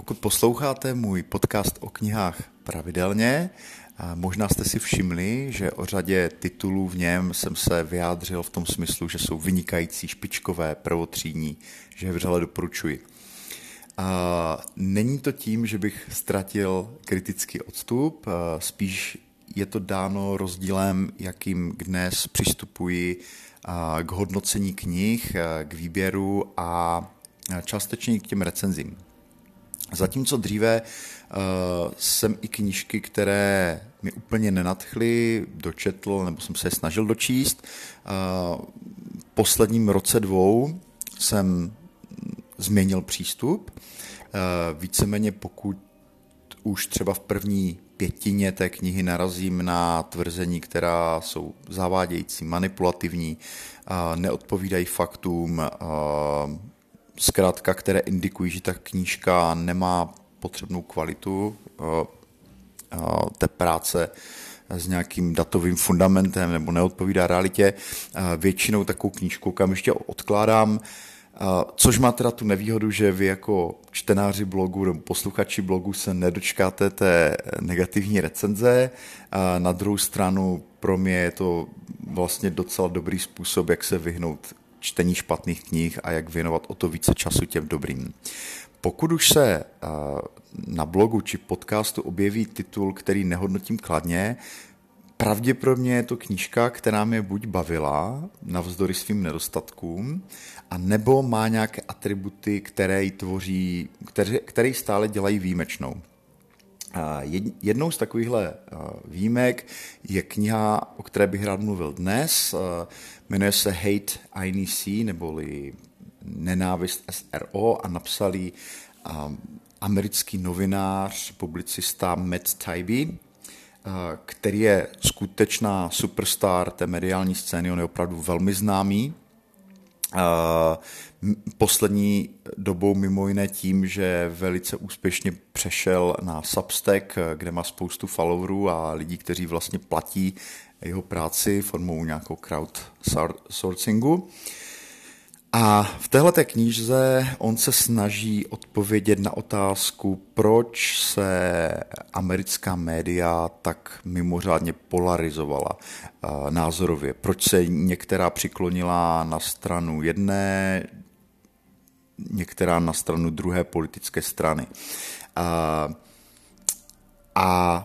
Pokud posloucháte můj podcast o knihách pravidelně, možná jste si všimli, že o řadě titulů v něm jsem se vyjádřil v tom smyslu, že jsou vynikající, špičkové, prvotřídní, že je vřele doporučuji. Není to tím, že bych ztratil kritický odstup, spíš je to dáno rozdílem, jakým dnes přistupuji k hodnocení knih, k výběru a částečně k těm recenzím. Zatímco dříve jsem i knížky, které mi úplně nenadchly, dočetl nebo jsem se je snažil dočíst. V posledním roce, dvou jsem změnil přístup. Víceméně pokud už třeba v první pětině té knihy narazím na tvrzení, která jsou zavádějící, manipulativní, neodpovídají faktům, zkrátka, které indikují, že ta knížka nemá potřebnou kvalitu té práce s nějakým datovým fundamentem nebo neodpovídá realitě. Většinou takovou knížku okamžitě odkládám, což má teda tu nevýhodu, že vy jako čtenáři blogu nebo posluchači blogu se nedočkáte té negativní recenze. Na druhou stranu pro mě je to vlastně docela dobrý způsob, jak se vyhnout čtení špatných knih a jak věnovat o to více času těm dobrým. Pokud už se na blogu či podcastu objeví titul, který nehodnotím kladně, pravděpodobně je to knížka, která mě buď bavila navzdory svým nedostatkům, a nebo má nějaké atributy, které ji tvoří, které ji stále dělají výjimečnou. Jednou z takovýchhle výjimek je kniha, o které bych rád mluvil dnes. Jmenuje se Hate INC, neboli Nenávist SRO, a napsal ji americký novinář, publicista Matt Taibbi, který je skutečná superstar té mediální scény, on je opravdu velmi známý. Poslední dobou mimo jiné tím, že velice úspěšně přešel na Substack, kde má spoustu followerů a lidí, kteří vlastně platí jeho práci formou nějakou crowdsourcingu. A v téhleté knížce on se snaží odpovědět na otázku, proč se americká média tak mimořádně polarizovala názorově. Proč se některá přiklonila na stranu jedné, některá na stranu druhé politické strany. A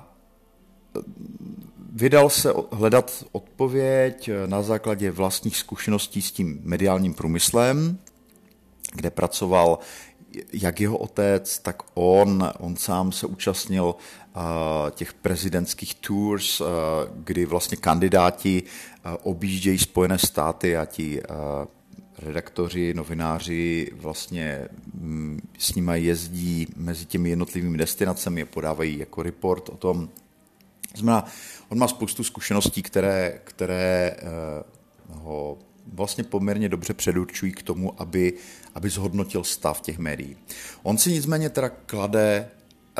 vydal se hledat odpověď na základě vlastních zkušeností s tím mediálním průmyslem, kde pracoval jak jeho otec, tak on. On sám se účastnil těch prezidentských tours, kdy vlastně kandidáti objíždějí Spojené státy a ti redaktoři, novináři vlastně s nimi jezdí mezi těmi jednotlivými destinacemi a podávají jako report o tom. Znamená, on má spoustu zkušeností, které ho vlastně poměrně dobře předurčují k tomu, aby zhodnotil stav těch médií. On si nicméně teda klade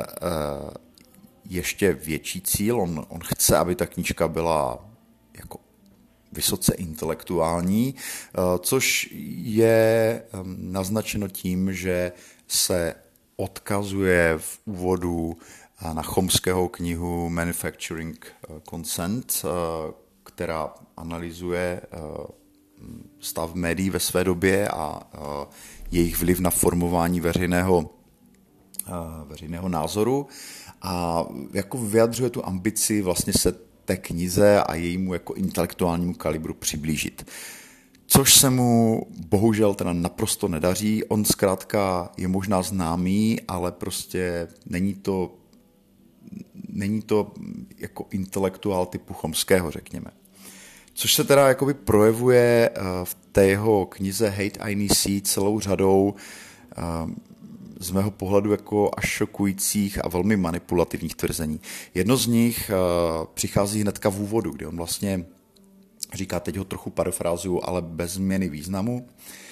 ještě větší cíl, on chce, aby ta knížka byla jako vysoce intelektuální, což je naznačeno tím, že se odkazuje v úvodu na Chomského knihu Manufacturing Consent, která analyzuje stav médií ve své době a jejich vliv na formování veřejného názoru, a jako vyjadřuje tu ambici vlastně se té knize a jejímu jako intelektuálnímu kalibru přiblížit. Což se mu bohužel teda naprosto nedaří. On zkrátka je možná známý, ale prostě není to jako intelektuál typu Chomského, řekněme. Což se teda jakoby projevuje v té jeho knize Hate INC celou řadou z mého pohledu jako až šokujících a velmi manipulativních tvrzení. Jedno z nich přichází hnedka v úvodu, kdy on vlastně říká, teď ho trochu parafrázuju, ale bez změny významu,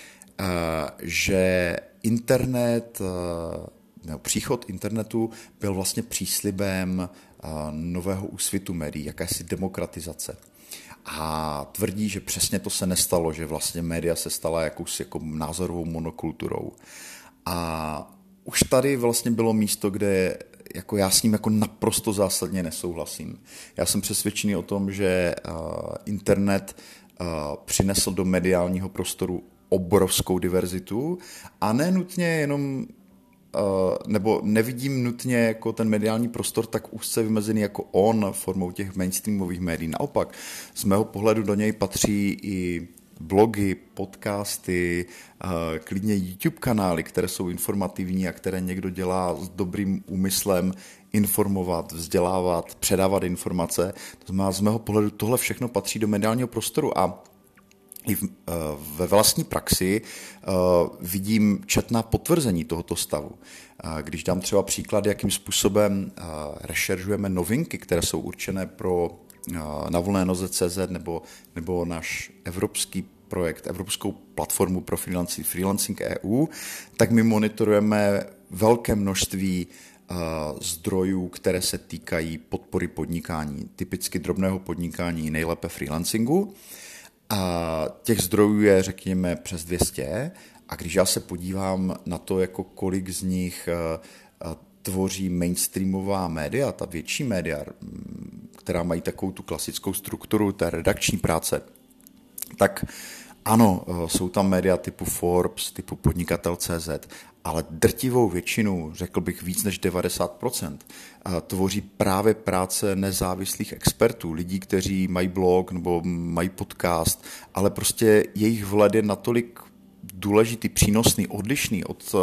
že internet, nebo příchod internetu byl vlastně příslibem nového úsvitu médií, jakési demokratizace. A tvrdí, že přesně to se nestalo, že vlastně média se stala jakousi jako názorovou monokulturou. A už tady vlastně bylo místo, kde jako já s ním jako naprosto zásadně nesouhlasím. Já jsem přesvědčený o tom, že internet přinesl do mediálního prostoru obrovskou diverzitu a ne nutně jenom, nebo nevidím nutně jako ten mediální prostor tak úzce vymezený jako on formou těch mainstreamových médií. Naopak, z mého pohledu do něj patří i blogy, podcasty, klidně YouTube kanály, které jsou informativní a které někdo dělá s dobrým úmyslem informovat, vzdělávat, předávat informace. To znamená, z mého pohledu tohle všechno patří do mediálního prostoru a i ve vlastní praxi vidím četná potvrzení tohoto stavu. Když dám třeba příklad, jakým způsobem rešeržujeme novinky, které jsou určené pro na volné noze.cz nebo náš evropský projekt, evropskou platformu pro Freelancing EU, tak my monitorujeme velké množství zdrojů, které se týkají podpory podnikání, typicky drobného podnikání, nejlépe freelancingu. A těch zdrojů je, řekněme, přes 200 a když já se podívám na to, jako kolik z nich tvoří mainstreamová média, ta větší média, která mají takovou tu klasickou strukturu té redakční práce, tak ano, jsou tam média typu Forbes, typu Podnikatel.cz, ale drtivou většinu, řekl bych víc než 90%, tvoří právě práce nezávislých expertů, lidí, kteří mají blog nebo mají podcast, ale prostě jejich vhled je natolik důležitý, přínosný, odlišný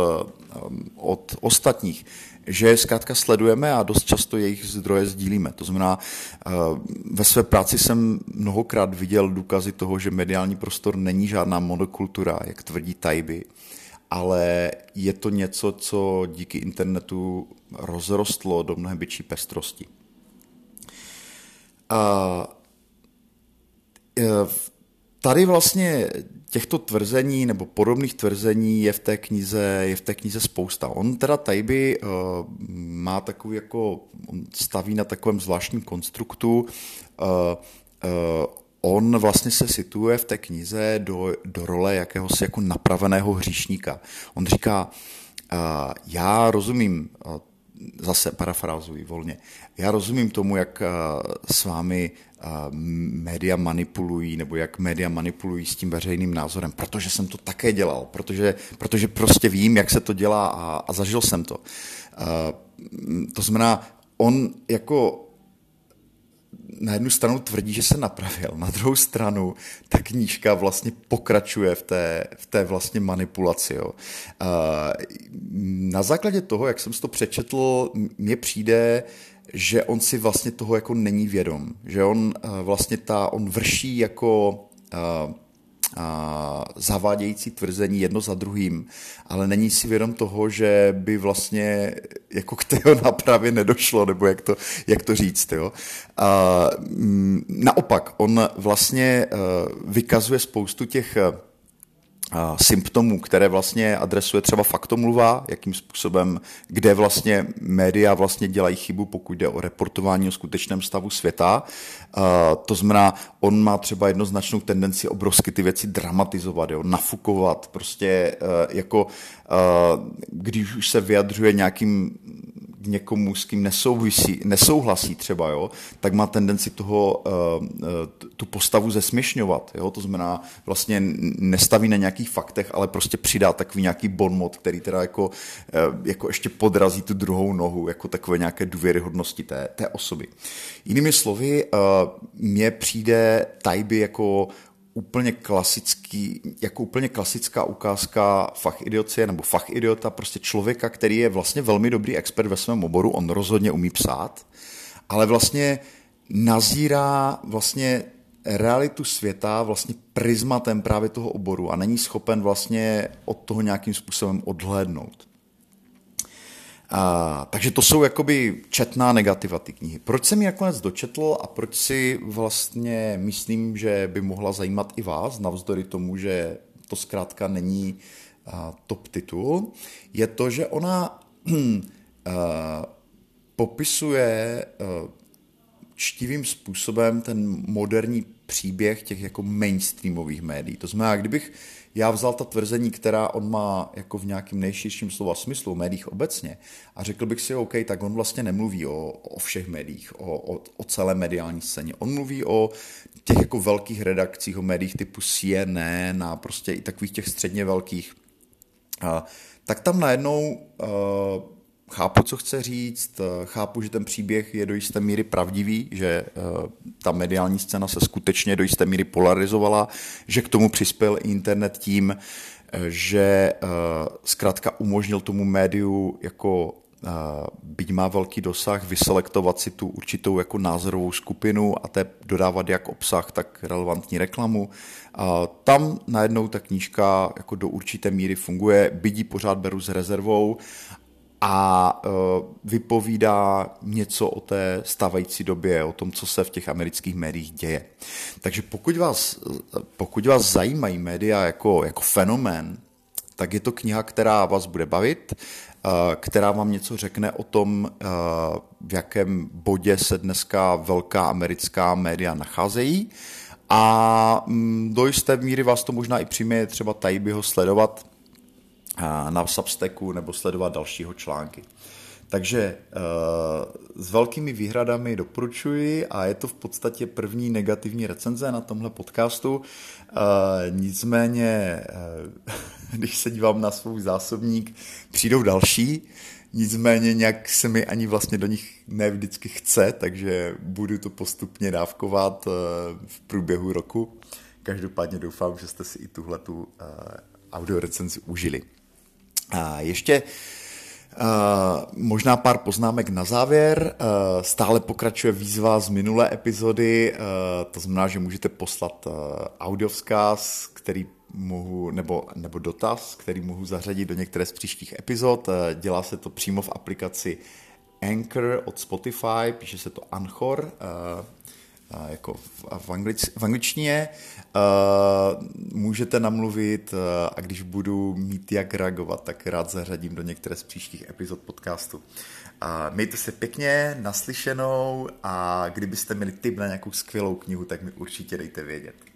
od ostatních, že je zkrátka sledujeme a dost často jejich zdroje sdílíme. To znamená, ve své práci jsem mnohokrát viděl důkazy toho, že mediální prostor není žádná monokultura, jak tvrdí Taibbi, ale je to něco, co díky internetu rozrostlo do mnohem větší pestrosti. Tady vlastně těchto tvrzení nebo podobných tvrzení je v té knize spousta. On teda Taibbi má takový jako, on staví na takovém zvláštním konstruktu, on vlastně se situuje v té knize do role jakéhosi jako napraveného hříšníka. On říká, já rozumím, zase parafrázuji volně, já rozumím tomu, jak s vámi média manipulují, nebo jak média manipulují s tím veřejným názorem, protože jsem to také dělal, protože prostě vím, jak se to dělá a zažil jsem to. To znamená, on jako na jednu stranu tvrdí, že se napravil, na druhou stranu ta knížka vlastně pokračuje v té vlastně manipulaci. Jo. Na základě toho, jak jsem si to přečetl, mně přijde, že on si vlastně toho jako není vědom, že on vlastně on vrší jako zavádějící tvrzení jedno za druhým, ale není si vědom toho, že by vlastně jako k té nápravě nedošlo, nebo jak to říct. Jo. Naopak, on vlastně vykazuje spoustu těch symptomů, které vlastně adresuje třeba faktomluva, jakým způsobem, kde vlastně média vlastně dělají chybu, pokud jde o reportování o skutečném stavu světa. To znamená, on má třeba jednoznačnou tendenci obrovsky ty věci dramatizovat, jo, nafukovat, prostě jako když už se vyjadřuje někomu, s kým nesouhlasí třeba, jo, tak má tendenci tu postavu zesměšňovat. Jo, to znamená, vlastně nestaví na nějakých faktech, ale prostě přidá takový nějaký bonmot, který teda jako ještě podrazí tu druhou nohu, jako takové nějaké důvěryhodnosti té osoby. Jinými slovy, mně přijde Taibbi jako úplně klasická ukázka fachidiocie nebo fachidiota, prostě člověka, který je vlastně velmi dobrý expert ve svém oboru, on rozhodně umí psát, ale vlastně nazírá vlastně realitu světa vlastně prismatem právě toho oboru a není schopen vlastně od toho nějakým způsobem odhlédnout. Takže to jsou jakoby četná negativa ty knihy. Proč jsem ji nakonec dočetl a proč si vlastně myslím, že by mohla zajímat i vás, navzdory tomu, že to zkrátka není top titul, je to, že ona popisuje čtivým způsobem ten moderní příběh těch jako mainstreamových médií. To znamená, kdybych Já vzal ta tvrzení, která on má jako v nějakým nejširším slova smyslu, v médiích obecně, a řekl bych si, OK, tak on vlastně nemluví o všech médiích, o celé mediální scéně. On mluví o těch jako velkých redakcích, o médiích typu CNN a prostě i takových těch středně velkých. Tak tam najednou chápu, co chce říct, chápu, že ten příběh je do jisté míry pravdivý, že ta mediální scéna se skutečně do jisté míry polarizovala, že k tomu přispěl i internet tím, že zkrátka umožnil tomu médiu jako byť má velký dosah, vyselektovat si tu určitou jako názorovou skupinu a té dodávat jak obsah, tak relevantní reklamu. Tam najednou ta knížka jako do určité míry funguje, byť ji pořád beru s rezervou a vypovídá něco o té stávající době, o tom, co se v těch amerických médiích děje. Takže pokud vás zajímají média jako fenomén, tak je to kniha, která vás bude bavit, která vám něco řekne o tom, v jakém bodě se dneska velká americká média nacházejí a do jisté míry vás to možná i přiměje třeba Taibbiho sledovat na Substacku nebo sledovat dalšího články. Takže s velkými výhradami doporučuji a je to v podstatě první negativní recenze na tomhle podcastu. Nicméně, když se dívám na svůj zásobník, přijdou další, nicméně nějak se mi ani vlastně do nich ne vždycky chce, takže budu to postupně dávkovat v průběhu roku. Každopádně doufám, že jste si i tuhletu audiorecenzi užili. Ještě možná pár poznámek na závěr. Stále pokračuje výzva z minulé epizody, to znamená, že můžete poslat audiovzkaz, který mohu, nebo dotaz, který mohu zařadit do některé z příštích epizod. Dělá se to přímo v aplikaci Anchor od Spotify, píše se to Anchor, jako v angličtině. Můžete namluvit a když budu mít jak reagovat, tak rád zařadím do některé z příštích epizod podcastu. Mějte se pěkně, naslyšenou a kdybyste měli tip na nějakou skvělou knihu, tak mi určitě dejte vědět.